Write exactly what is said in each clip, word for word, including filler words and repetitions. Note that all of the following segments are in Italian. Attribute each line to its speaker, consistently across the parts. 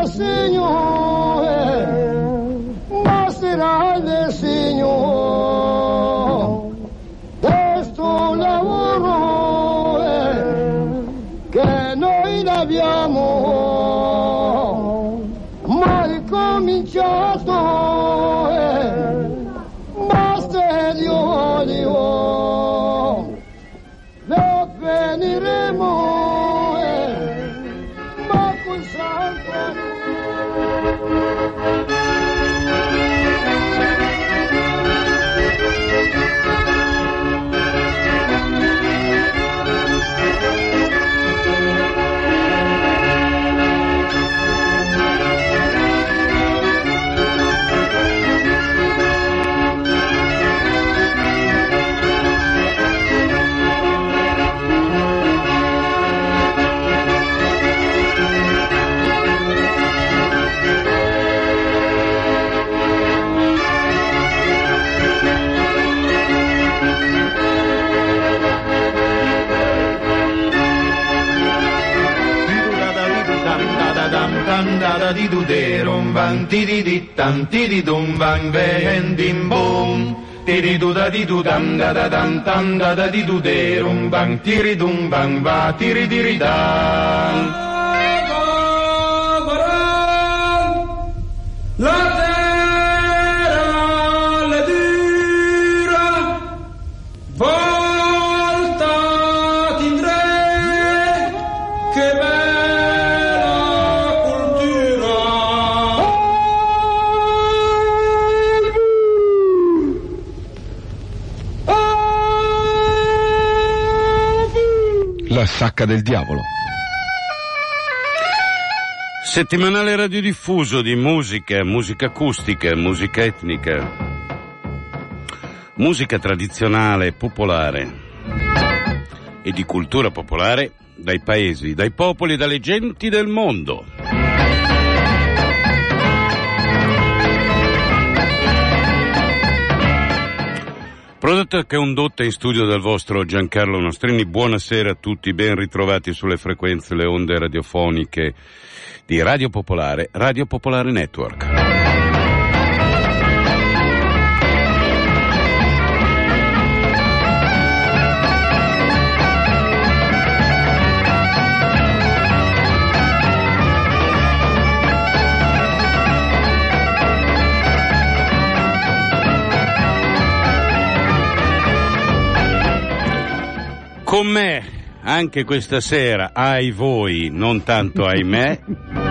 Speaker 1: Signore, ma sarà del Signore, questo lavoro che noi abbiamo mai cominciato, basta Dio, Dio, lo finiremo.
Speaker 2: Da di du de rum bang ti di di tam ti di dum bang ven dim boom ti di du da di du dam da da dam tam da da di du de rum bang ti ri dum bang va ti ri di ri dam. La terra le dura volta tindre che
Speaker 3: la sacca del diavolo.
Speaker 4: Settimanale radiodiffuso di musica, musica acustica, musica etnica, musica tradizionale, popolare e di cultura popolare dai paesi, dai popoli e dalle genti del mondo. Prodotto e condotto in studio dal vostro Giancarlo Nostrini. Buonasera a tutti, ben ritrovati sulle frequenze, le onde radiofoniche di Radio Popolare, Radio Popolare Network. Con me, anche questa sera, ai voi, non tanto ai me,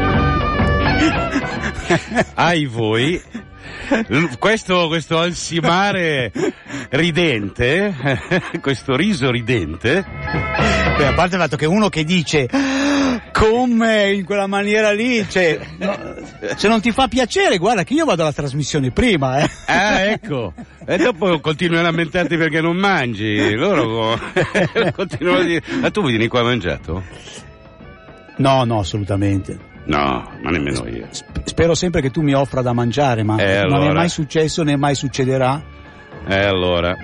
Speaker 4: ai voi, questo, questo alsimare ridente, questo riso ridente.
Speaker 5: Beh, a parte il fatto che uno che dice con me in quella maniera lì, cioè, no, se non ti fa piacere, guarda che io vado alla trasmissione prima, eh.
Speaker 4: Ah, ecco. E dopo continui a lamentarti perché non mangi. Loro continuano a dire: ma tu vieni qua mangiato?
Speaker 5: No, no, assolutamente.
Speaker 4: No, ma nemmeno io.
Speaker 5: Spero sempre che tu mi offra da mangiare, ma
Speaker 4: eh,
Speaker 5: non
Speaker 4: allora.
Speaker 5: è mai successo né mai succederà.
Speaker 4: E eh, allora.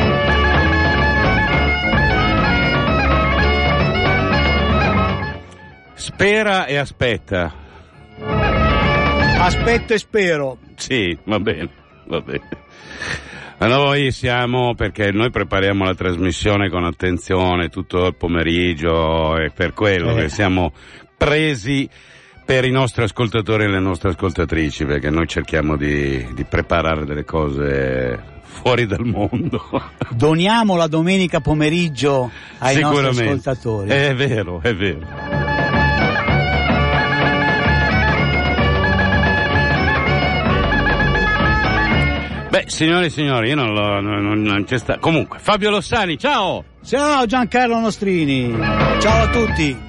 Speaker 4: Spera e aspetta.
Speaker 5: Aspetto e spero.
Speaker 4: Sì, va bene, va bene. Ma noi siamo, perché noi prepariamo la trasmissione con attenzione tutto il pomeriggio e per quello eh. che siamo presi per i nostri ascoltatori e le nostre ascoltatrici, perché noi cerchiamo di, di preparare delle cose fuori dal mondo.
Speaker 5: Doniamo la domenica pomeriggio ai nostri ascoltatori.
Speaker 4: È vero, è vero. Beh, signore e signori, io non, lo, non, non c'è sta. Comunque, Fabio Lossani, ciao!
Speaker 5: Ciao Giancarlo Nostrini, ciao a tutti!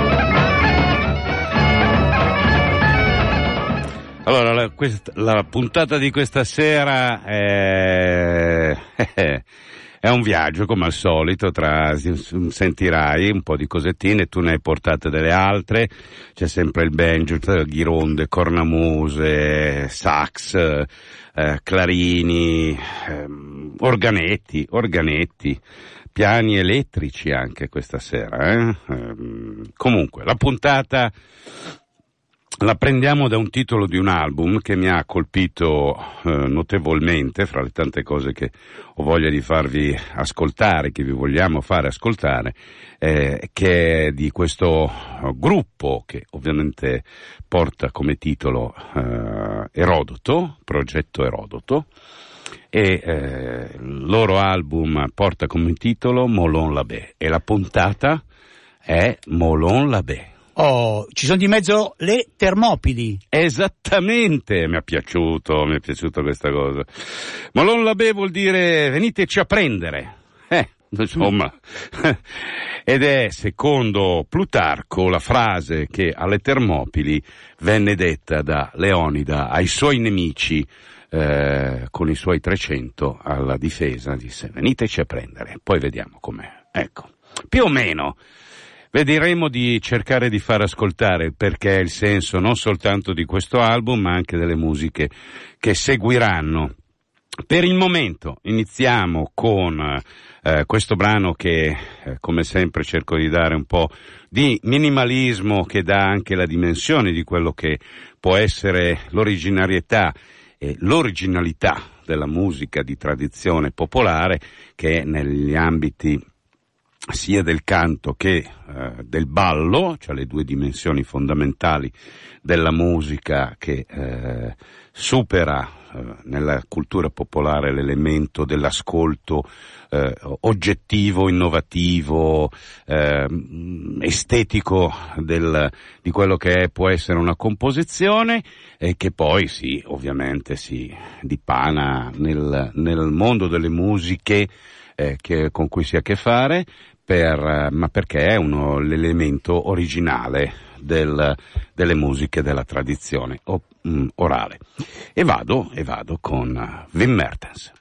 Speaker 4: Allora, la, questa, la puntata di questa sera è, è un viaggio, come al solito, tra, sentirai un po' di cosettine, tu ne hai portate delle altre, c'è sempre il banjo, ghironde, cornamuse, sax, eh, clarini, eh, organetti, organetti, piani elettrici anche questa sera. Eh? Eh, comunque, la puntata la prendiamo da un titolo di un album che mi ha colpito eh, notevolmente, fra le tante cose che ho voglia di farvi ascoltare, che vi vogliamo fare ascoltare, eh, che è di questo gruppo che ovviamente porta come titolo eh, Erodoto, Progetto Erodoto, e eh, il loro album porta come titolo Molon Labè e la puntata è Molon Labè.
Speaker 5: Oh, ci sono di mezzo le Termopili.
Speaker 4: Esattamente, mi è piaciuto, mi è piaciuta questa cosa. Molon Labè vuol dire veniteci a prendere. Eh, insomma. Ed è, secondo Plutarco, la frase che alle Termopili venne detta da Leonida ai suoi nemici eh, con i suoi trecento alla difesa. Disse veniteci a prendere, poi vediamo com'è. Ecco, più o meno. Vedremo di cercare di far ascoltare il perché e il senso non soltanto di questo album, ma anche delle musiche che seguiranno. Per il momento iniziamo con eh, questo brano che, eh, come sempre, cerco di dare un po' di minimalismo che dà anche la dimensione di quello che può essere l'originarietà e l'originalità della musica di tradizione popolare, che negli ambiti sia del canto che eh, del ballo, cioè le due dimensioni fondamentali della musica che eh, supera eh, nella cultura popolare l'elemento dell'ascolto eh, oggettivo, innovativo, eh, estetico del, di quello che è, può essere una composizione, e che poi sì, ovviamente si dipana nel, nel mondo delle musiche eh, che, con cui si ha a che fare, Per, ma perché è uno l'elemento originale del, delle musiche della tradizione o, um, orale. E vado, e vado con Wim Mertens.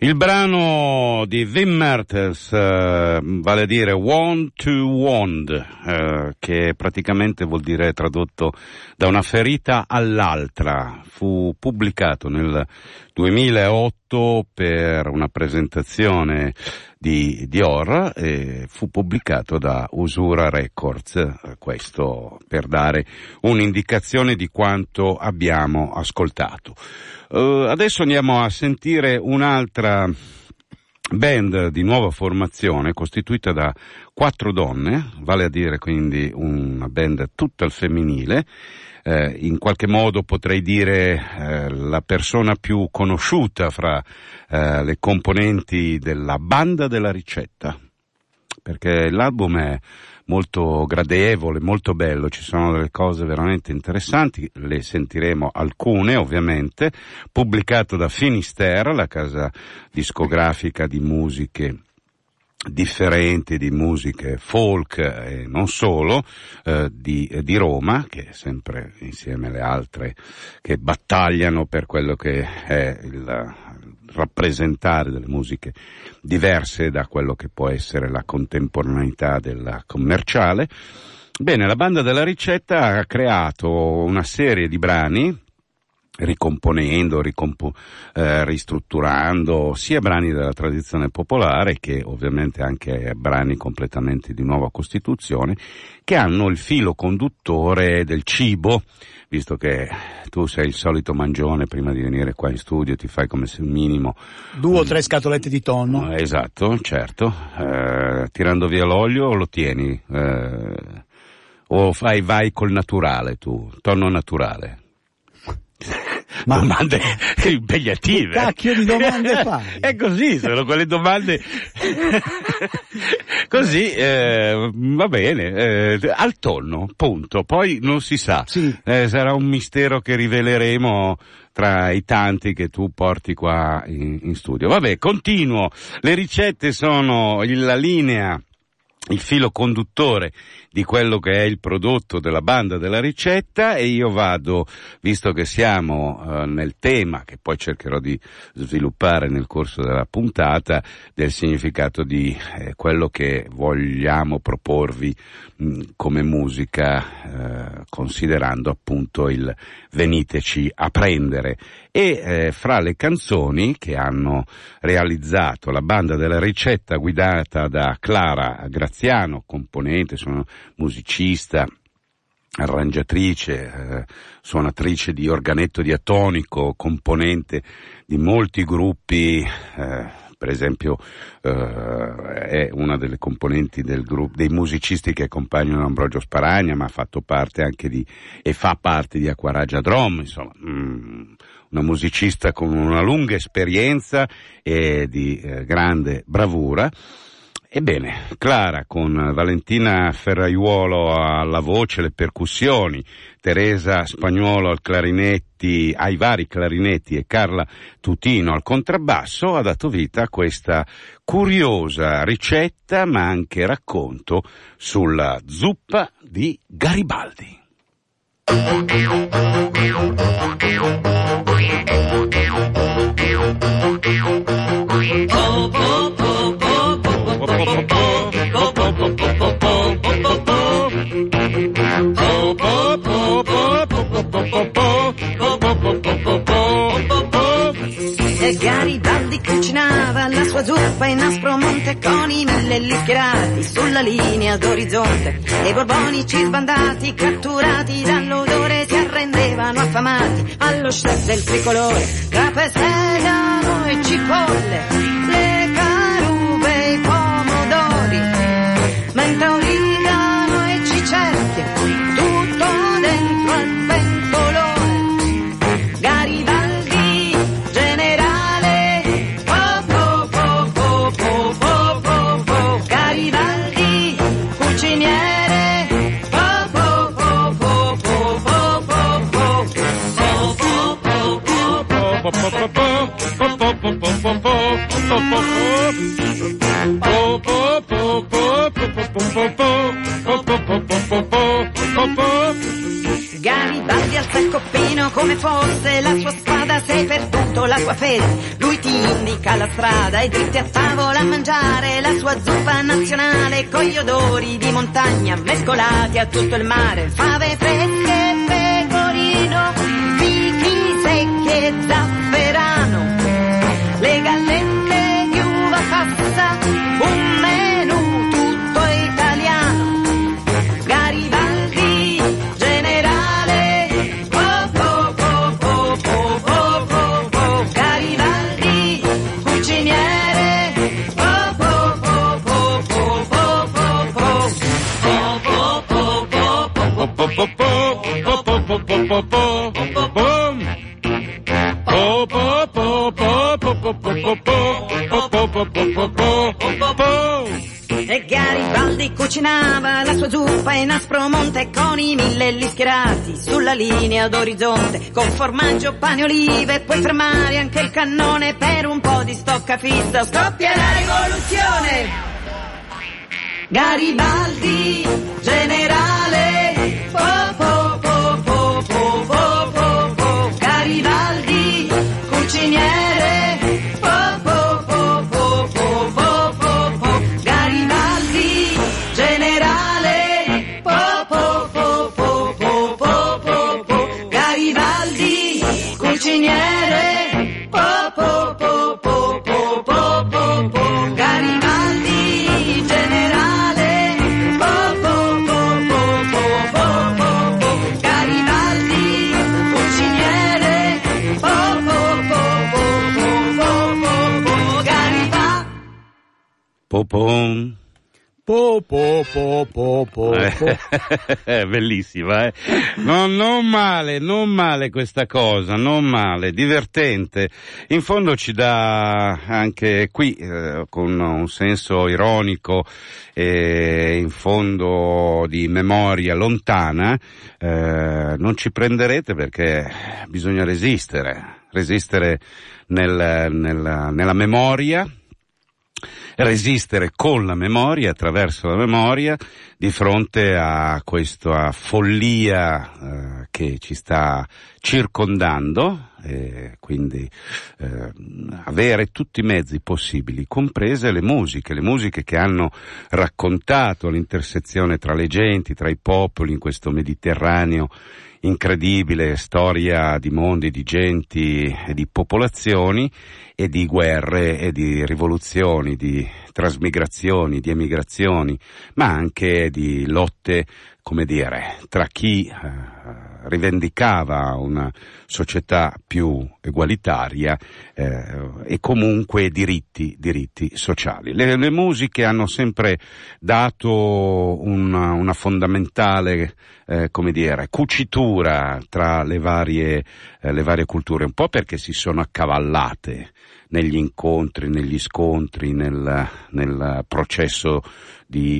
Speaker 4: Il brano di Wim Mertens, eh, vale a dire Wand to Wand, eh, che praticamente vuol dire tradotto da una ferita all'altra. Fu pubblicato nel duemilaotto per una presentazione di Dior e fu pubblicato da Usura Records, eh, questo per dare un'indicazione di quanto abbiamo ascoltato. Uh, adesso andiamo a sentire un'altra band di nuova formazione costituita da quattro donne, vale a dire quindi una band tutta al femminile, eh, in qualche modo potrei dire eh, la persona più conosciuta fra eh, le componenti della Banda della Ricetta, perché l'album è molto gradevole, molto bello, ci sono delle cose veramente interessanti, le sentiremo alcune ovviamente, pubblicato da Finisterre, la casa discografica di musiche differenti, di musiche folk e non solo, eh, di, di Roma, che è sempre insieme alle altre che battagliano per quello che è il rappresentare delle musiche diverse da quello che può essere la contemporaneità della commerciale. Bene, la Banda della Ricetta ha creato una serie di brani, ricomponendo, ricompo, eh, ristrutturando sia brani della tradizione popolare che ovviamente anche brani completamente di nuova costituzione, che hanno il filo conduttore del cibo, visto che tu sei il solito mangione, prima di venire qua in studio ti fai come se un minimo
Speaker 5: due o tre scatolette di tonno.
Speaker 4: Eh, esatto, certo, eh, tirando via l'olio lo tieni, eh, o fai vai col naturale tu, tonno naturale. Ma domande impegnative.
Speaker 5: Che cacchio di domande fai?
Speaker 4: È così, sono quelle domande così, eh, va bene, eh, al tonno, punto. Poi non si sa,
Speaker 5: sì.
Speaker 4: eh, sarà un mistero che riveleremo tra i tanti che tu porti qua in, in studio. Vabbè, continuo. Le ricette sono la linea, il filo conduttore di quello che è il prodotto della Banda della Ricetta, e io vado, visto che siamo eh, nel tema, che poi cercherò di sviluppare nel corso della puntata, del significato di eh, quello che vogliamo proporvi mh, come musica, eh, considerando appunto il veniteci a prendere. E eh, fra le canzoni che hanno realizzato la Banda della Ricetta, guidata da Clara Graziano, componente, sono musicista, arrangiatrice, eh, suonatrice di organetto diatonico, componente di molti gruppi, eh, per esempio eh, è una delle componenti del gruppo, dei musicisti che accompagnano Ambrogio Sparagna, ma ha fatto parte anche di, e fa parte di Acquaragia Drum, insomma, mm, una musicista con una lunga esperienza e di eh, grande bravura. Ebbene, Clara con Valentina Ferraiuolo alla voce, le percussioni, Teresa Spagnuolo al clarinetti, ai vari clarinetti e Carla Tutino al contrabbasso, ha dato vita a questa curiosa ricetta ma anche racconto sulla zuppa di Garibaldi.
Speaker 6: E Garibaldi cucinava la sua zuppa in aspro monte con i mille lì schierati sulla linea d'orizzonte, e i borbonici sbandati catturati dall'odore si arrendevano affamati allo chef del tricolore. Cape, sedano e cipolle, le carube, i pomodori, menta, origano e cicerchie, tutto dentro al pentolone. Garibaldi, generale, po po po po po po po po. Garibaldi, cuciniere, po po po po po po po po. Po po po po po po Garibaldi alza il coppino come fosse la sua spada, sei perduto, la tua fede, lui ti indica la strada e dritti a tavola a mangiare la sua zuppa nazionale con gli odori di montagna mescolati a tutto il mare, fave fresche, pecorino, fichi secchi e zafferano, le gallette di uva passa, un menù tutto italiano, Garibaldi, generale, po po po po po po po po, Garibaldi, cuciniere, po po po po po po po po, po po po po po po e Garibaldi cucinava la sua zuppa in Aspromonte con i millelli schierati sulla linea d'orizzonte, con formaggio, pane e olive, puoi fermare anche il cannone per un po' di stocca fissa, scoppia la rivoluzione. Garibaldi, generale, po po po po po po po po, Garibaldi, cuciniere, po po po po po po po po, Garibaldi, generale, po po po po po po po po, Garibaldi, cuciniere, po po po po po po po po, Garibaldi, generale, po po po po po po po po, Garibaldi, cuciniere, po po po po po po po, Garibaldi.
Speaker 4: Popon.
Speaker 5: Po po po po po po.
Speaker 4: Bellissima, eh? No, non male, non male questa cosa, non male, divertente. In fondo ci dà anche qui, eh, con un senso ironico e in fondo di memoria lontana, eh, non ci prenderete perché bisogna resistere, resistere nel, nel, nella memoria, resistere con la memoria, attraverso la memoria, di fronte a questa follia eh, che ci sta circondando, e quindi eh, avere tutti i mezzi possibili, comprese le musiche, le musiche che hanno raccontato l'intersezione tra le genti, tra i popoli in questo Mediterraneo incredibile, storia di mondi, di genti e di popolazioni e di guerre e di rivoluzioni, di trasmigrazioni, di emigrazioni, ma anche di lotte, come dire, tra chi eh, rivendicava una società più egualitaria eh, e comunque diritti, diritti sociali. Le, le musiche hanno sempre dato una, una fondamentale eh, come dire, cucitura tra le varie, eh, le varie culture, un po' perché si sono accavallate negli incontri, negli scontri, nel, nel processo di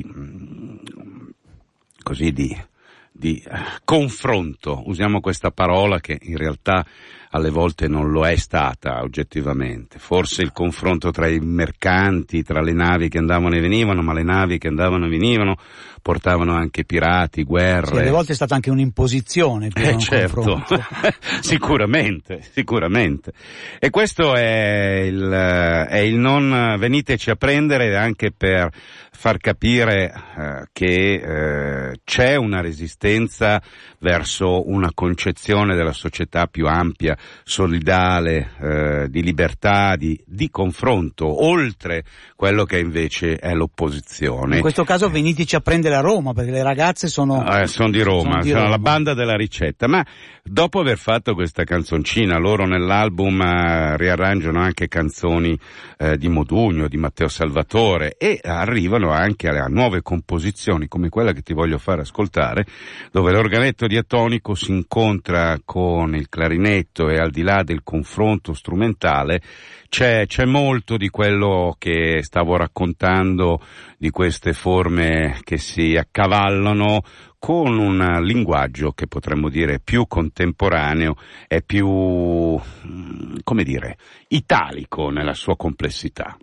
Speaker 4: così di di confronto, usiamo questa parola che in realtà alle volte non lo è stata oggettivamente, forse il confronto tra i mercanti, tra le navi che andavano e venivano, ma le navi che andavano e venivano portavano anche pirati, guerre.
Speaker 5: Sì, alle volte è stata anche un'imposizione più che
Speaker 4: eh,
Speaker 5: un
Speaker 4: certo.
Speaker 5: confronto.
Speaker 4: sicuramente, sicuramente. E questo è il, è il non veniteci a prendere anche per far capire eh, che eh, c'è una resistenza verso una concezione della società più ampia, solidale, eh, di libertà, di, di confronto, oltre quello che invece è l'opposizione.
Speaker 5: In questo caso veniteci a prendere a Roma, perché le ragazze sono...
Speaker 4: Eh, sono di Roma,
Speaker 5: sono di
Speaker 4: sono
Speaker 5: Roma.
Speaker 4: la banda della ricetta, ma dopo aver fatto questa canzoncina, loro nell'album eh, riarrangiano anche canzoni eh, di Modugno, di Matteo Salvatore, e arrivano anche a nuove composizioni come quella che ti voglio fare ascoltare, dove l'organetto diatonico si incontra con il clarinetto e al di là del confronto strumentale c'è, c'è molto di quello che stavo raccontando, di queste forme che si accavallano con un linguaggio che potremmo dire più contemporaneo e più, come dire, italico nella sua complessità.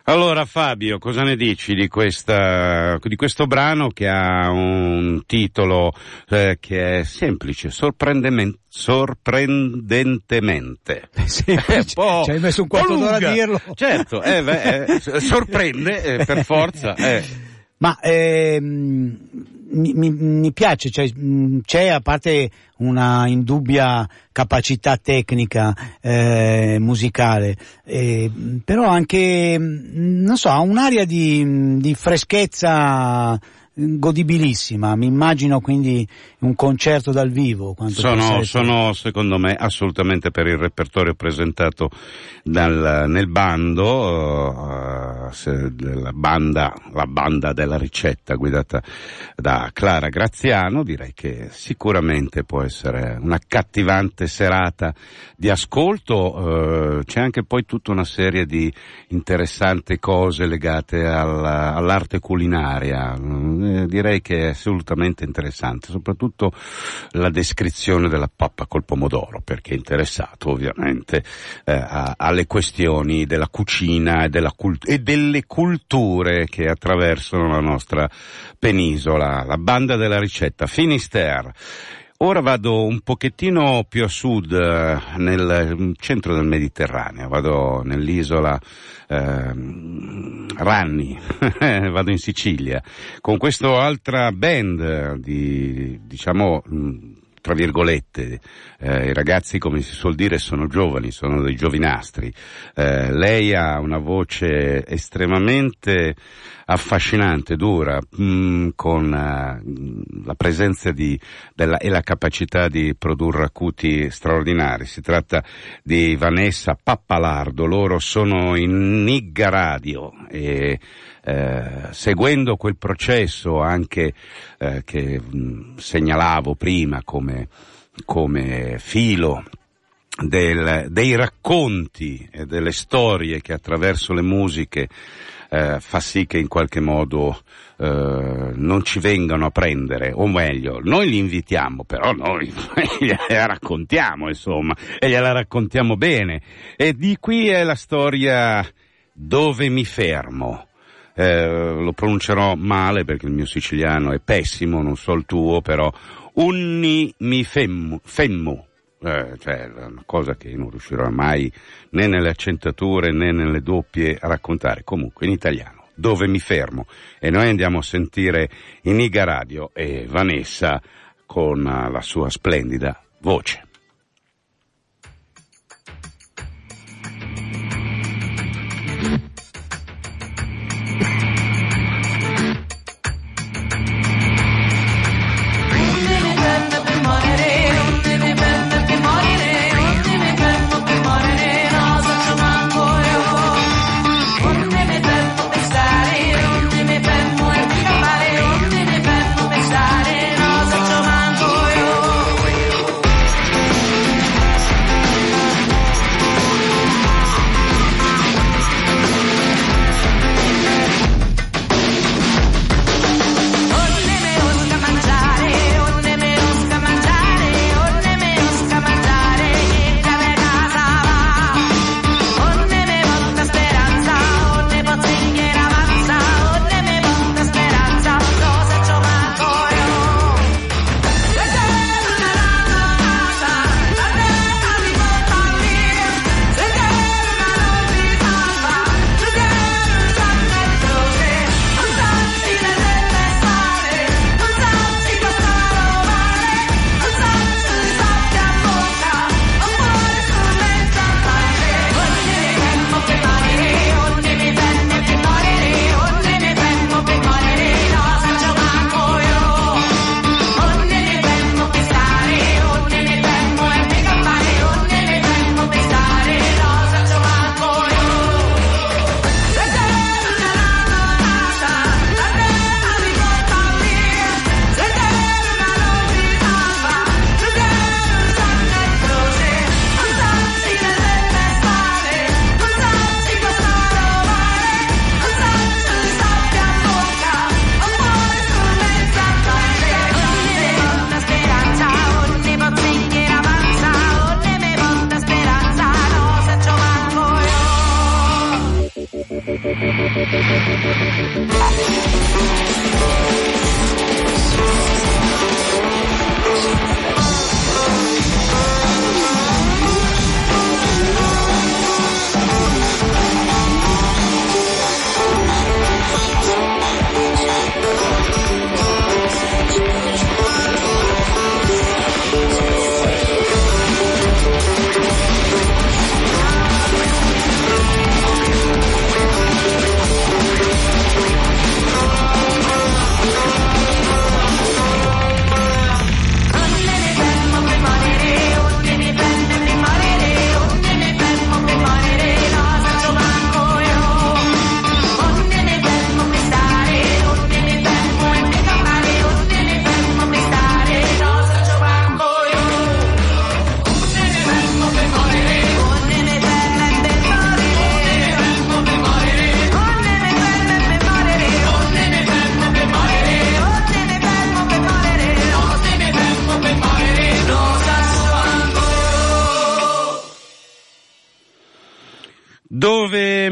Speaker 4: Allora Fabio, cosa ne dici di questa, di questo brano che ha un titolo eh, che è semplice, sorprendemente, sorprendentemente.
Speaker 5: Semplice.
Speaker 4: Po',
Speaker 5: ci hai messo un quarto d'ora a dirlo.
Speaker 4: Certo, eh, beh, eh, sorprende eh, per forza. Eh.
Speaker 5: Ma ehm, mi, mi, mi piace, cioè, c'è a parte una indubbia capacità tecnica eh, musicale, eh, però anche, non so, ha un'aria di, di freschezza godibilissima. Mi immagino quindi un concerto dal vivo. Quanto
Speaker 4: sono, sono secondo me assolutamente per il repertorio presentato dal, nel bando, uh, se, la banda, la banda della ricetta guidata da Clara Graziano. Direi che sicuramente può essere un'accattivante serata di ascolto. Uh, c'è anche poi tutta una serie di interessanti cose legate alla, all'arte culinaria. Direi che è assolutamente interessante, soprattutto la descrizione della pappa col pomodoro, perché è interessato ovviamente eh, a, alle questioni della cucina e, della cult- e delle culture che attraversano la nostra penisola. La banda della ricetta, Finisterre. Ora vado un pochettino più a sud, eh, nel centro del Mediterraneo, vado nell'isola eh, Ranni, vado in Sicilia, con questa altra band di, diciamo, tra virgolette, eh, i ragazzi, come si suol dire, sono giovani, sono dei giovinastri. Eh, lei ha una voce estremamente affascinante, dura, mh, con uh, la presenza di, della, e la capacità di produrre acuti straordinari. Si tratta di Vanessa Pappalardo, loro sono in Nigga Radio e eh, seguendo quel processo anche eh, che mh, segnalavo prima come, come filo del, dei racconti e delle storie che attraverso le musiche Eh, fa sì che in qualche modo eh, non ci vengano a prendere, o meglio, noi li invitiamo, però noi gliela raccontiamo, insomma, e gliela raccontiamo bene. E di qui è la storia Dove mi fermo. Eh, lo pronuncerò male perché il mio siciliano è pessimo, non so il tuo, però unni mi femmu, femmu. Eh, cioè una cosa che non riuscirò mai né nelle accentuature né nelle doppie a raccontare. Comunque in italiano, Dove mi fermo, e noi andiamo a sentire in Nigga Radio e Vanessa con la sua splendida voce.
Speaker 7: Onde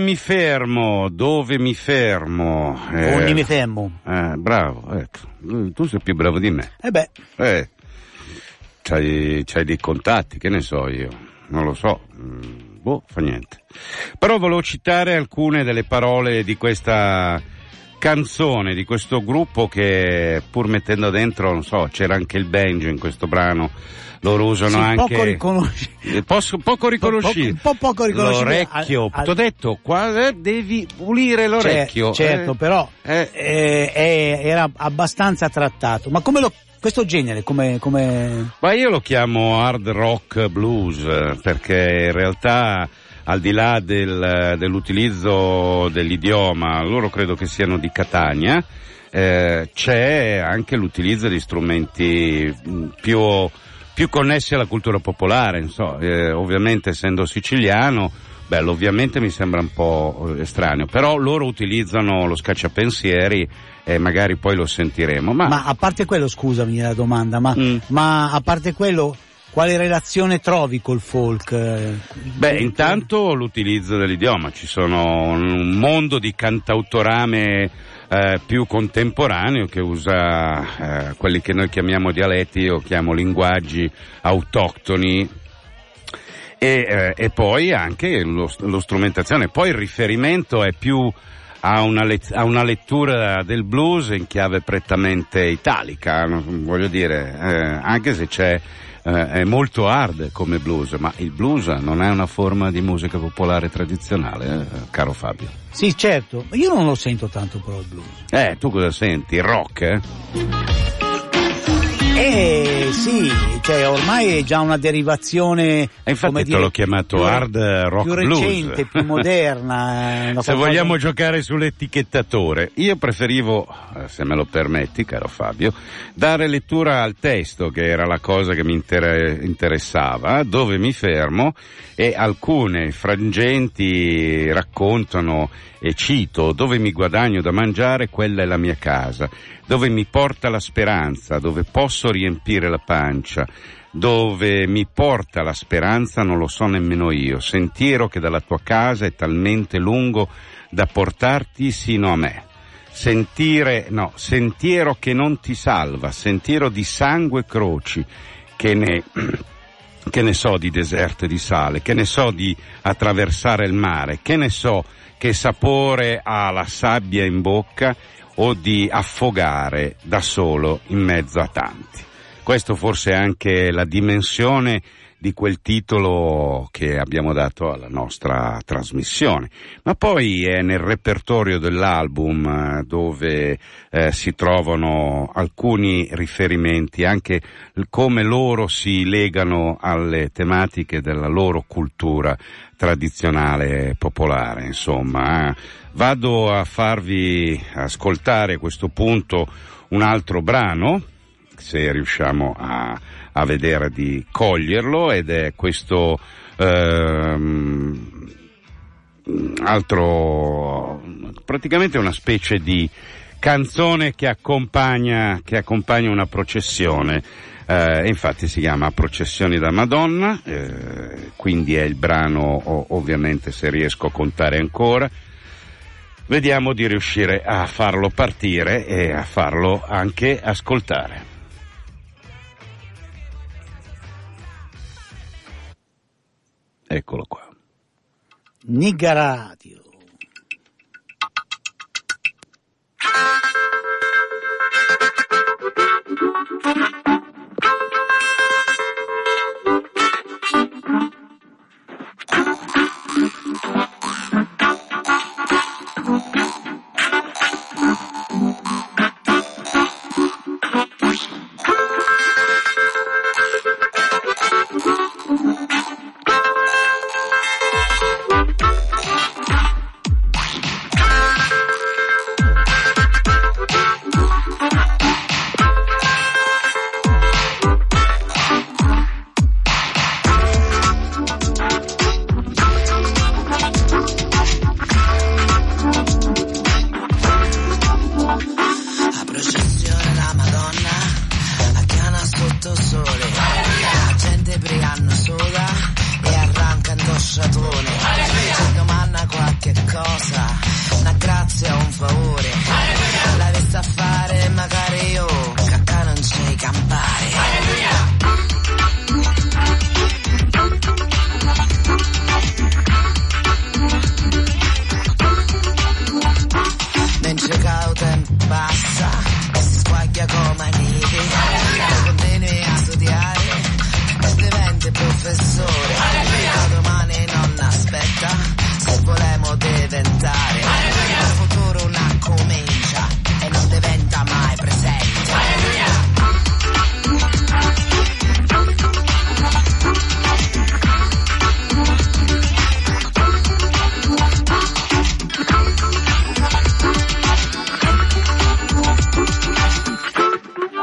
Speaker 4: mi fermo, dove mi fermo. Eh,
Speaker 5: Ogni mi fermo.
Speaker 4: Eh, bravo, ecco. Tu sei più bravo di me.
Speaker 5: Eh beh.
Speaker 4: Eh, c'hai, c'hai dei contatti, che ne so io, non lo so. Mm, boh, fa niente. Però volevo citare alcune delle parole di questa canzone, di questo gruppo che, pur mettendo dentro, non so, c'era anche il banjo in questo brano. Loro usano
Speaker 5: sì,
Speaker 4: anche
Speaker 5: poco riconoscibile,
Speaker 4: poco, poco riconoscibile.
Speaker 5: Un po' poco riconoscibile.
Speaker 4: L'orecchio, ti ho detto, qua devi pulire l'orecchio.
Speaker 5: Certo, certo
Speaker 4: eh,
Speaker 5: però
Speaker 4: eh.
Speaker 5: Eh, eh, era abbastanza trattato. Ma come lo, questo genere, come, come...
Speaker 4: Ma io lo chiamo hard rock blues, perché in realtà, al di là del, dell'utilizzo dell'idioma, loro credo che siano di Catania, eh, c'è anche l'utilizzo di strumenti più più connessi alla cultura popolare, insomma, eh, ovviamente essendo siciliano, bello, ovviamente mi sembra un po' estraneo, però loro utilizzano lo scacciapensieri e magari poi lo sentiremo. Ma,
Speaker 5: ma a parte quello, scusami la domanda, ma, mm. ma a parte quello, quale relazione trovi col folk?
Speaker 4: Beh, intanto l'utilizzo dell'idioma, ci sono un mondo di cantautorame Eh, più contemporaneo che usa eh, quelli che noi chiamiamo dialetti, io chiamo linguaggi autoctoni, e, eh, e poi anche lo, lo strumentazione. Poi il riferimento è più a una, let- a una lettura del blues in chiave prettamente italica, voglio dire, eh, anche se c'è eh, è molto hard come blues, ma il blues non è una forma di musica popolare tradizionale, eh, caro Fabio.
Speaker 5: Sì, certo, io non lo sento tanto però il blues.
Speaker 4: Eh, tu cosa senti? Il rock, eh?
Speaker 5: Eh sì, cioè ormai è già una derivazione.
Speaker 4: E infatti
Speaker 5: come
Speaker 4: te
Speaker 5: dire,
Speaker 4: l'ho chiamato
Speaker 5: più,
Speaker 4: hard rock
Speaker 5: più
Speaker 4: blues.
Speaker 5: Più recente, più moderna.
Speaker 4: Se vogliamo di... giocare sull'etichettatore, io preferivo, se me lo permetti, caro Fabio, dare lettura al testo, che era la cosa che mi inter- interessava, dove mi fermo, e alcune frangenti raccontano, e cito: dove mi guadagno da mangiare, quella è la mia casa, dove mi porta la speranza, dove posso riempire la pancia, dove mi porta la speranza non lo so nemmeno io, sentiero che dalla tua casa è talmente lungo da portarti sino a me, sentire, no, sentiero che non ti salva, sentiero di sangue e croci, che ne... che ne so di deserto e di sale, che ne so di attraversare il mare, che ne so che sapore ha la sabbia in bocca o di affogare da solo in mezzo a tanti. Questo forse è anche la dimensione di quel titolo che abbiamo dato alla nostra trasmissione, ma poi è nel repertorio dell'album dove eh, si trovano alcuni riferimenti, anche come loro si legano alle tematiche della loro cultura tradizionale popolare, insomma. Vado a farvi ascoltare a questo punto un altro brano, se riusciamo a, a vedere di coglierlo, ed è questo ehm, altro, praticamente una specie di canzone che accompagna, che accompagna una processione, eh, infatti si chiama Processioni da Madonna, eh, quindi è il brano, ovviamente, se riesco a contare ancora. Vediamo di riuscire a farlo partire e a farlo anche ascoltare. Eccolo qua.
Speaker 5: Nigga Radio.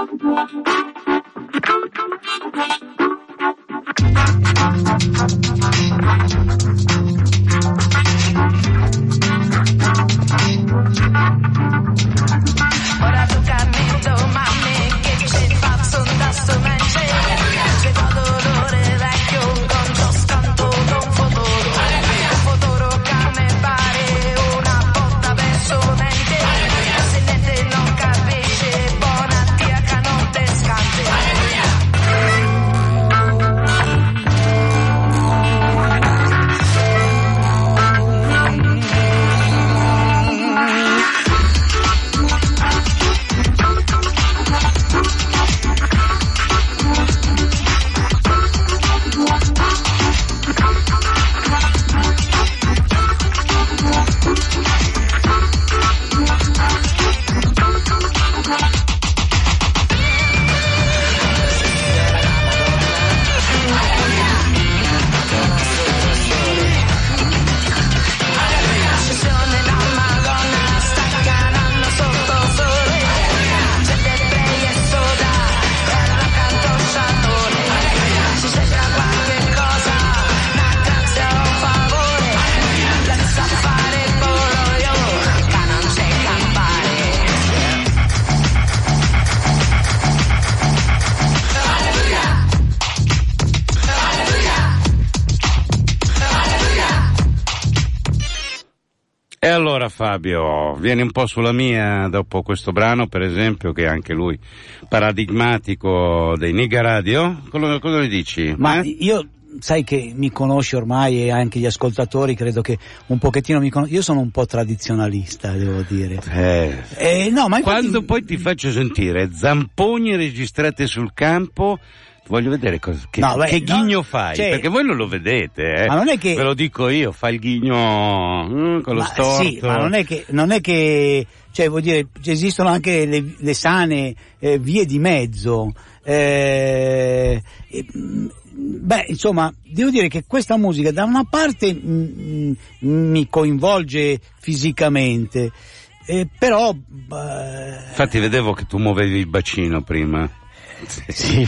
Speaker 7: Ora tocca a me, domani che ci faccio un tasto mangiare. C'è dolore vecchio, un conto scanto, un futuro. Un futuro che mi pare una botta verso mente. Se niente non capisce, buona tia che non te scante.
Speaker 4: E allora Fabio, vieni un po' sulla mia dopo questo brano, per esempio, che è anche lui paradigmatico dei Niga Radio. Cosa, cosa ne dici?
Speaker 5: Ma
Speaker 4: eh?
Speaker 5: io, sai che mi conosci ormai e anche gli ascoltatori credo che un pochettino mi conoscono. Io sono un po' tradizionalista, devo dire.
Speaker 4: Eh,
Speaker 5: Eh, no, ma infatti-
Speaker 4: Quando poi ti faccio sentire zamponi registrate sul campo, voglio vedere cosa, che,
Speaker 5: No, beh,
Speaker 4: che ghigno
Speaker 5: no,
Speaker 4: fai,
Speaker 5: cioè-
Speaker 4: perché voi non lo vedete, eh.
Speaker 5: Ma non è che-
Speaker 4: Ve lo dico io, fai il ghigno mm, con lo
Speaker 5: ma
Speaker 4: storto.
Speaker 5: sì, ma non è che, non è che, cioè vuol dire, esistono anche le, le sane eh, vie di mezzo. Eh, e, mh, beh, insomma, devo dire che questa musica da una parte mh, mh, mi coinvolge fisicamente, eh, però eh,
Speaker 4: Infatti vedevo che tu muovevi il bacino prima.
Speaker 5: sì.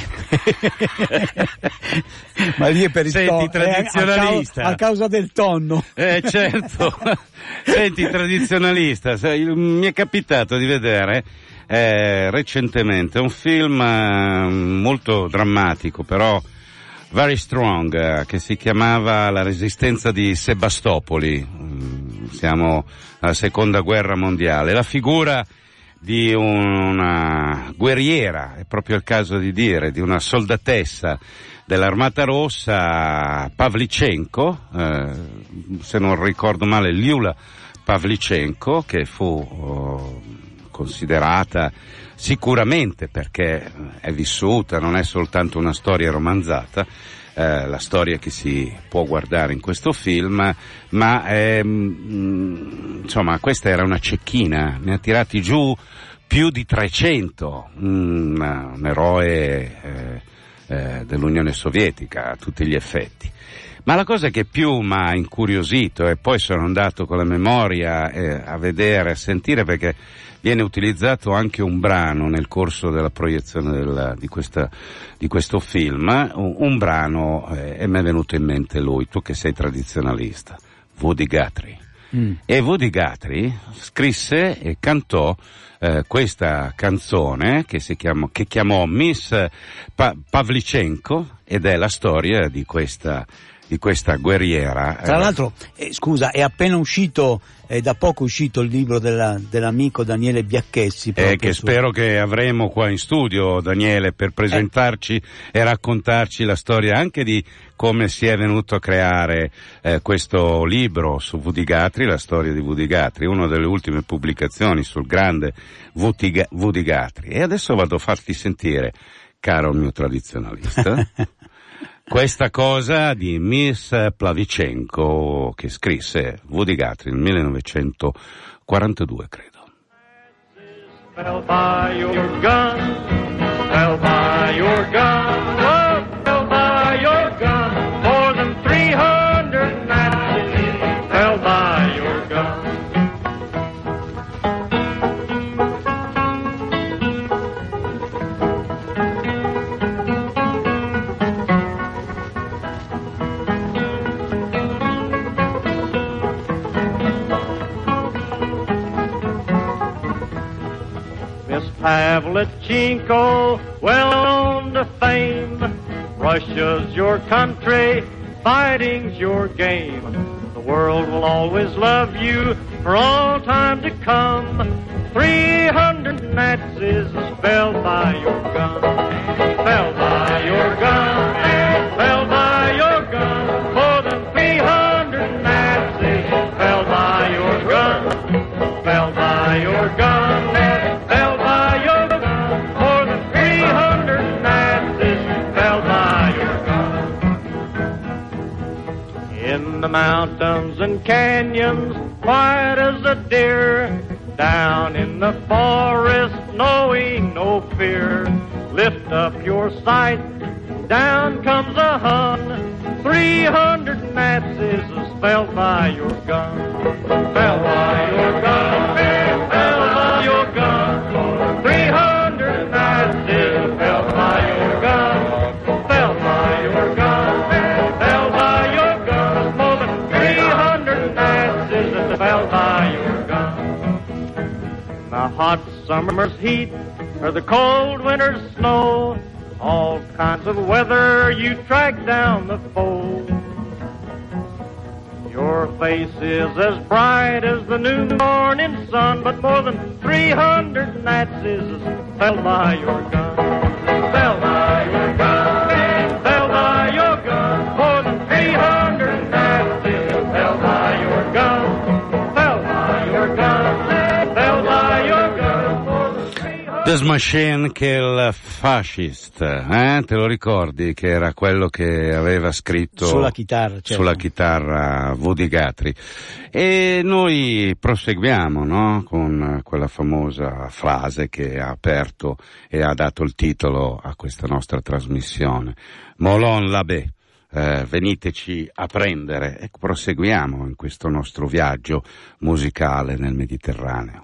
Speaker 5: Ma lì è per il
Speaker 4: Senti,
Speaker 5: tonno,
Speaker 4: tradizionalista.
Speaker 5: a, cau- a causa del tonno.
Speaker 4: Eh certo, senti, tradizionalista, sai, mi è capitato di vedere eh, recentemente un film eh, molto drammatico, però very strong, eh, che si chiamava La resistenza di Sebastopoli. Mm, siamo alla seconda guerra mondiale. La figura di una guerriera, è proprio il caso di dire, di una soldatessa dell'Armata Rossa, Pavlichenko, eh, se non ricordo male, Liula Pavlichenko, che fu oh, considerata sicuramente, perché è vissuta, non è soltanto una storia romanzata, eh, la storia che si può guardare in questo film, ma ehm, insomma questa era una cecchina, ne ha tirati giù più di trecento, un, un eroe eh, eh, dell'Unione Sovietica a tutti gli effetti. Ma la cosa che più mi ha incuriosito, e poi sono andato con la memoria eh, a vedere, a sentire, perché viene utilizzato anche un brano nel corso della proiezione del, di, questa, di questo film, un, un brano, eh, e mi è venuto in mente lui, tu che sei tradizionalista, Woody Guthrie. Mm. E Woody Guthrie scrisse e cantò eh, questa canzone che si chiamò, che chiamò Miss pa- Pavlichenko, ed è la storia di questa di questa guerriera.
Speaker 5: Tra l'altro, eh, scusa, è appena uscito, è da poco uscito il libro della, dell'amico Daniele Biacchessi.
Speaker 4: Eh, che
Speaker 5: su...
Speaker 4: spero che avremo qua in studio, Daniele, per presentarci eh. e raccontarci la storia anche di come si è venuto a creare eh, questo libro su Woody Guthrie, la storia di Woody Guthrie, una delle ultime pubblicazioni sul grande Woody, Woody Guthrie. E adesso vado a farti sentire, caro mio tradizionalista, questa cosa di Miss Pavlichenko che scrisse Woody Guthrie nel millenovecentoquarantadue, credo.
Speaker 8: Fell by your gun, fell by your gun, love fell by your gun, more than three hundred matches fell by your gun. Pavlichenko, well known to fame. Russia's your country, fighting's your game. The world will always love you for all time to come. Three hundred Nazis fell by your gun, fell by your gun, fell by your gun. More than three hundred Nazis fell by your gun, fell by your gun, fell by your gun. More than three hundred Nazis fell by your gun. In the mountains and canyons, quiet as a deer. Down in the forest, knowing no fear. Lift up your sight, down comes a Hun. Three hundred Nazis fell by your gun, fell by your gun, fell by your gun. Three hundred Nazis fell by your gun, fell by your gun, fell by your gun. More than three hundred Nazis fell by your gun. The hot summer's heat or the cold winter's snow, all kinds of weather you track down the foe. Your face is as bright as the new morning sun, but more than three hundred Nazis fell by your gun, fell by your gun, fell by your gun. More than three hundred Nazis fell by your gun, fell by your gun.
Speaker 4: The Machine Kill Fascist, eh? Te lo ricordi che era quello che aveva scritto
Speaker 5: sulla chitarra, certo.
Speaker 4: sulla chitarra Woody Guthrie? E noi proseguiamo, no? Con quella famosa frase che ha aperto e ha dato il titolo a questa nostra trasmissione. Molon Labe. Eh, veniteci a prendere e proseguiamo in questo nostro viaggio musicale nel Mediterraneo.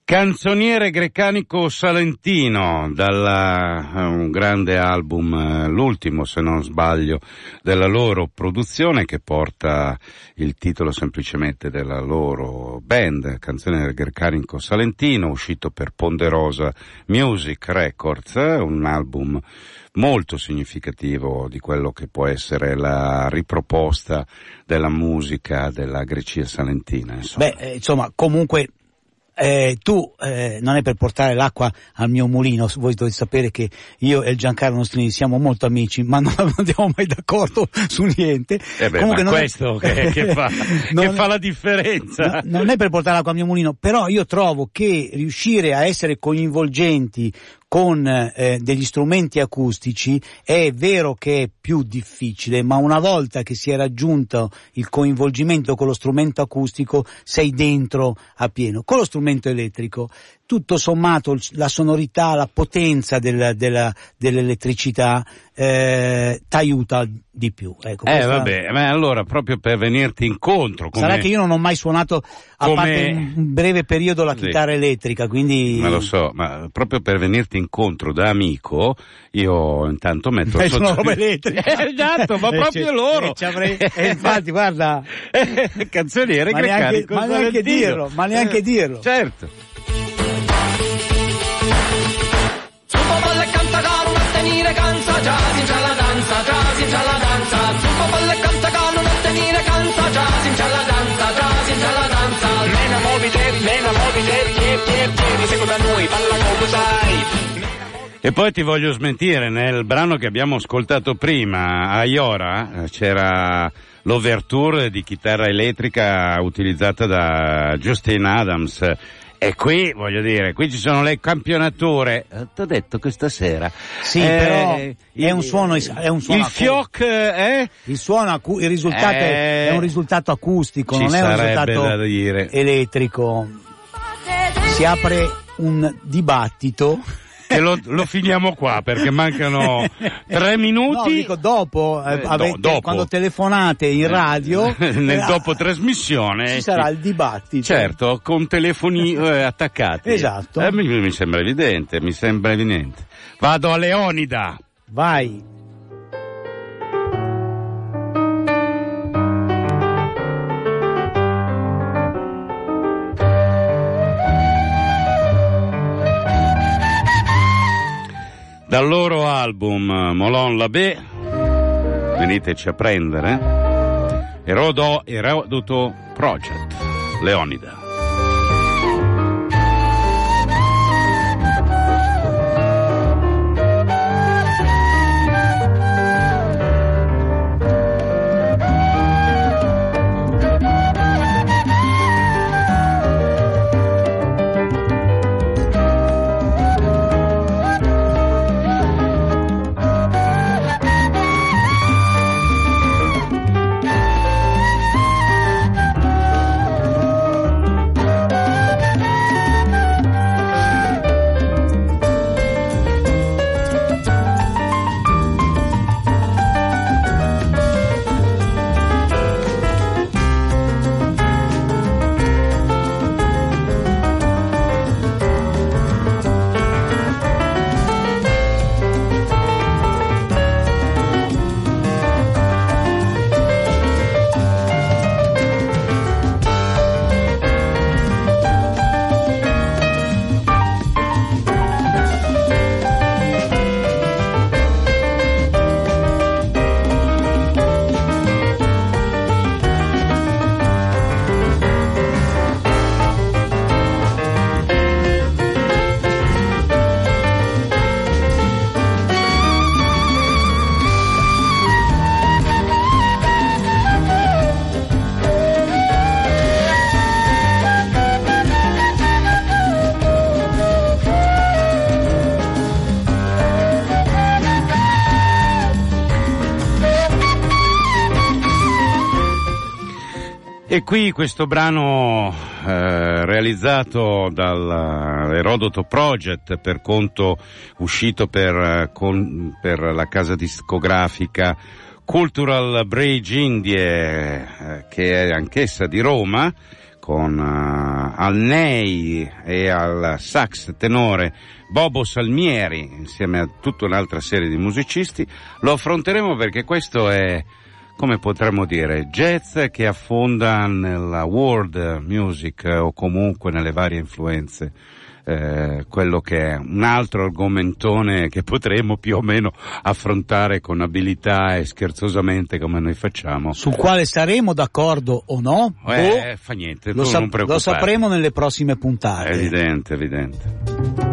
Speaker 4: Canzoniere Grecanico Salentino, dal un grande album, l'ultimo se non sbaglio, della loro produzione, che porta il titolo semplicemente della loro band, Canzoniere Grecanico Salentino, uscito per Ponderosa Music Records, un album molto significativo di quello che può essere la riproposta della musica della Grecia salentina. Insomma.
Speaker 5: Beh, eh, insomma, comunque Eh, tu eh, non è per portare l'acqua al mio mulino, voi dovete sapere che io e il Giancarlo Nostrini siamo molto amici, ma non andiamo mai d'accordo su niente.
Speaker 4: Eh beh,
Speaker 5: Comunque
Speaker 4: ma
Speaker 5: non
Speaker 4: questo
Speaker 5: è...
Speaker 4: che, che, fa,
Speaker 5: non
Speaker 4: che fa la differenza.
Speaker 5: No, non è per portare l'acqua al mio mulino, però io trovo che riuscire a essere coinvolgenti con eh, degli strumenti acustici è vero che è più difficile, ma una volta che si è raggiunto il coinvolgimento con lo strumento acustico sei dentro a pieno. Con lo strumento elettrico tutto sommato la sonorità, la potenza del, della, dell'elettricità eh, t'aiuta di più. Ecco,
Speaker 4: eh
Speaker 5: questa...
Speaker 4: vabbè, ma allora proprio per venirti incontro. Come...
Speaker 5: Sarà che io non ho mai suonato, a
Speaker 4: come...
Speaker 5: parte un breve periodo, la
Speaker 4: sì.
Speaker 5: chitarra elettrica, quindi...
Speaker 4: Ma lo so, ma proprio per venirti incontro da amico, io intanto metto...
Speaker 5: È
Speaker 4: sotto...
Speaker 5: una roba elettrica.
Speaker 4: Eh, esatto, ma
Speaker 5: Eh,
Speaker 4: proprio
Speaker 5: ci-
Speaker 4: loro.
Speaker 5: eh, ci avrei- eh, infatti, guarda...
Speaker 4: Canzoniere
Speaker 5: Ma neanche,
Speaker 4: Grecanico
Speaker 5: ma neanche
Speaker 4: Salentino.
Speaker 5: dirlo, ma neanche
Speaker 4: Eh,
Speaker 5: dirlo.
Speaker 4: Certo.
Speaker 9: Super balle canta caro, non tenere cansa, già si già la danza, già si già la danza. Super balle canta caro, non tenere cansa, già si già la danza, già si già la danza. Mena muoviti, mena muoviti, tieni, tieni, tieni, segui da noi, balla come sai.
Speaker 4: E poi ti voglio smentire, nel brano che abbiamo ascoltato prima, a Iora, c'era l'ouverture di chitarra elettrica utilizzata da Justin Adams. E qui, voglio dire, qui ci sono le campionature. Eh, t'ho detto questa sera.
Speaker 5: Sì,
Speaker 4: Eh,
Speaker 5: però
Speaker 4: il-
Speaker 5: è un suono, è un suono
Speaker 4: il
Speaker 5: acu-
Speaker 4: fioc, eh?
Speaker 5: il suono acu- il risultato è,
Speaker 4: Eh,
Speaker 5: è un risultato acustico,
Speaker 4: ci
Speaker 5: non è un
Speaker 4: sarebbe
Speaker 5: risultato
Speaker 4: da dire.
Speaker 5: elettrico. Si apre un dibattito.
Speaker 4: Che lo, lo finiamo qua perché mancano tre minuti.
Speaker 5: No, dico dopo, eh,
Speaker 4: Eh,
Speaker 5: avete-
Speaker 4: no, dopo.
Speaker 5: quando telefonate in radio,
Speaker 4: nel
Speaker 5: eh,
Speaker 4: dopo trasmissione
Speaker 5: ci sarà il dibattito.
Speaker 4: certo, con telefoni eh, attaccati.
Speaker 5: Esatto.
Speaker 4: Eh, mi, mi sembra evidente, mi sembra evidente. Vado a Leonida.
Speaker 5: Vai.
Speaker 4: Dal loro album Molon Labé, veniteci a prendere, Erodo, Erodoto Project, Leonida. E qui questo brano eh, realizzato dall'Erodoto Project per conto uscito per, con, per la casa discografica Cultural Bridge Indie, eh, che è anch'essa di Roma, con uh, al ney e al sax tenore Bobo Salmieri, insieme a tutta un'altra serie di musicisti. Lo affronteremo perché questo è, come potremmo dire, jazz che affonda nella world music o comunque nelle varie influenze. Eh, quello che è un altro argomentone che potremo più o meno affrontare con abilità e scherzosamente come noi facciamo.
Speaker 5: Sul quale saremo d'accordo o no?
Speaker 4: Eh, fa niente,
Speaker 5: lo,
Speaker 4: tu
Speaker 5: sa-
Speaker 4: non preoccupare.
Speaker 5: Lo sapremo nelle prossime puntate.
Speaker 4: È evidente, evidente.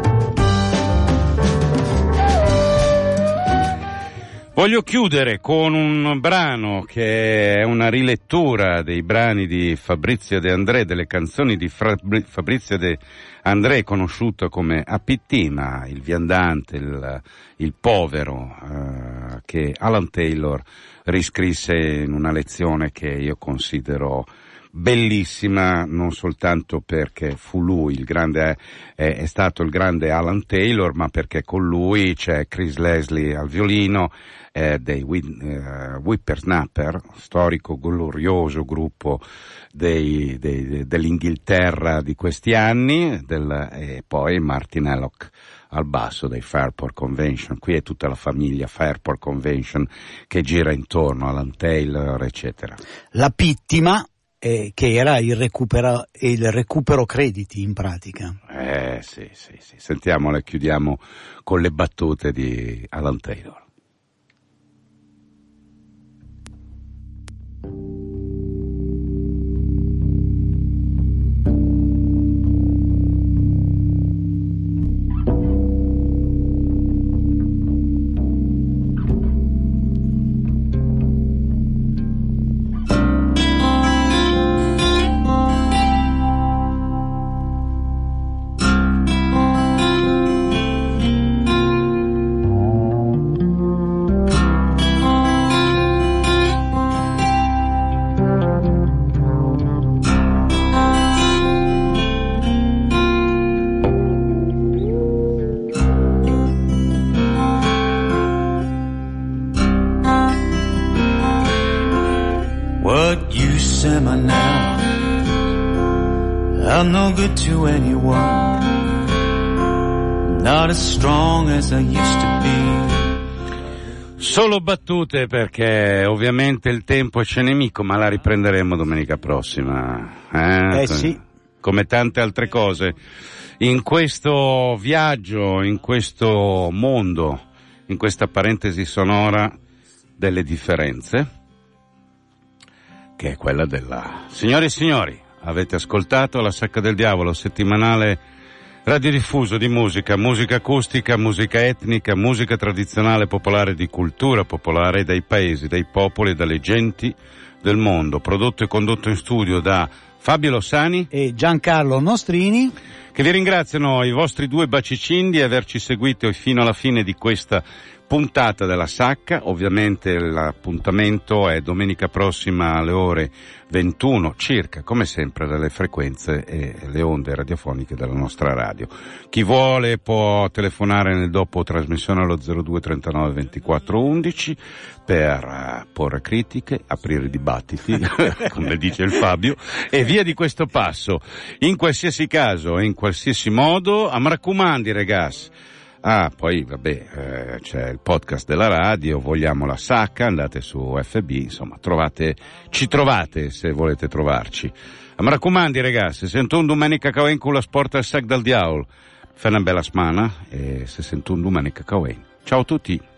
Speaker 4: Voglio chiudere con un brano che è una rilettura dei brani di Fabrizio De André, delle canzoni di Fra- Fabrizio De André, conosciuto come A P T, ma il viandante, il, il povero, eh, che Alan Taylor riscrisse in una lezione che io considero bellissima, non soltanto perché fu lui il grande, è, è stato il grande Alan Taylor, ma perché con lui c'è Chris Leslie al violino, eh, dei uh, Whippersnapper, storico glorioso gruppo dei, dei, dell'Inghilterra di questi anni, del, e poi Martin Ellock al basso dei Fairport Convention. Qui è tutta la famiglia Fairport Convention che gira intorno, Alan Taylor, eccetera.
Speaker 5: La Pittima, Eh, che era il recupero, il recupero crediti in pratica.
Speaker 4: Eh sì, sì, sì. Sentiamola e chiudiamo con le battute di Alan Taylor.
Speaker 10: I'm no good to anyone, not as strong as I used to be.
Speaker 4: Solo battute perché ovviamente il tempo c'è nemico, ma la riprenderemo domenica prossima. Eh,
Speaker 5: eh sì.
Speaker 4: Come tante altre cose. In questo viaggio, in questo mondo, in questa parentesi sonora delle differenze, che è quella della... Signore e signori, avete ascoltato La Sacca del Diavolo, settimanale radiodiffuso di musica, musica acustica, musica etnica, musica tradizionale popolare, di cultura popolare dai paesi, dai popoli e dalle genti del mondo, prodotto e condotto in studio da Fabio Lossani
Speaker 5: e Giancarlo Nostrini,
Speaker 4: che vi ringraziano i vostri due bacicini di averci seguito fino alla fine di questa puntata della Sacca. Ovviamente l'appuntamento è domenica prossima alle ore ventuno circa, come sempre, dalle frequenze e le onde radiofoniche della nostra radio. Chi vuole può telefonare nel dopo trasmissione allo zero due trentanove ventiquattro undici per uh, porre critiche, aprire dibattiti, come dice il Fabio, e via di questo passo. In qualsiasi caso e in qualsiasi modo, a raccomandi ragazzi. Ah, poi vabbè, eh, c'è il podcast della radio, Vogliamo la Sacca, andate su F B, insomma, trovate, ci trovate se volete trovarci. Mi raccomandi ragazzi, se sento un domenica cauen con la sport al sac del diavolo, fai una bella smana e se sento un domenica cauen. Ciao a tutti.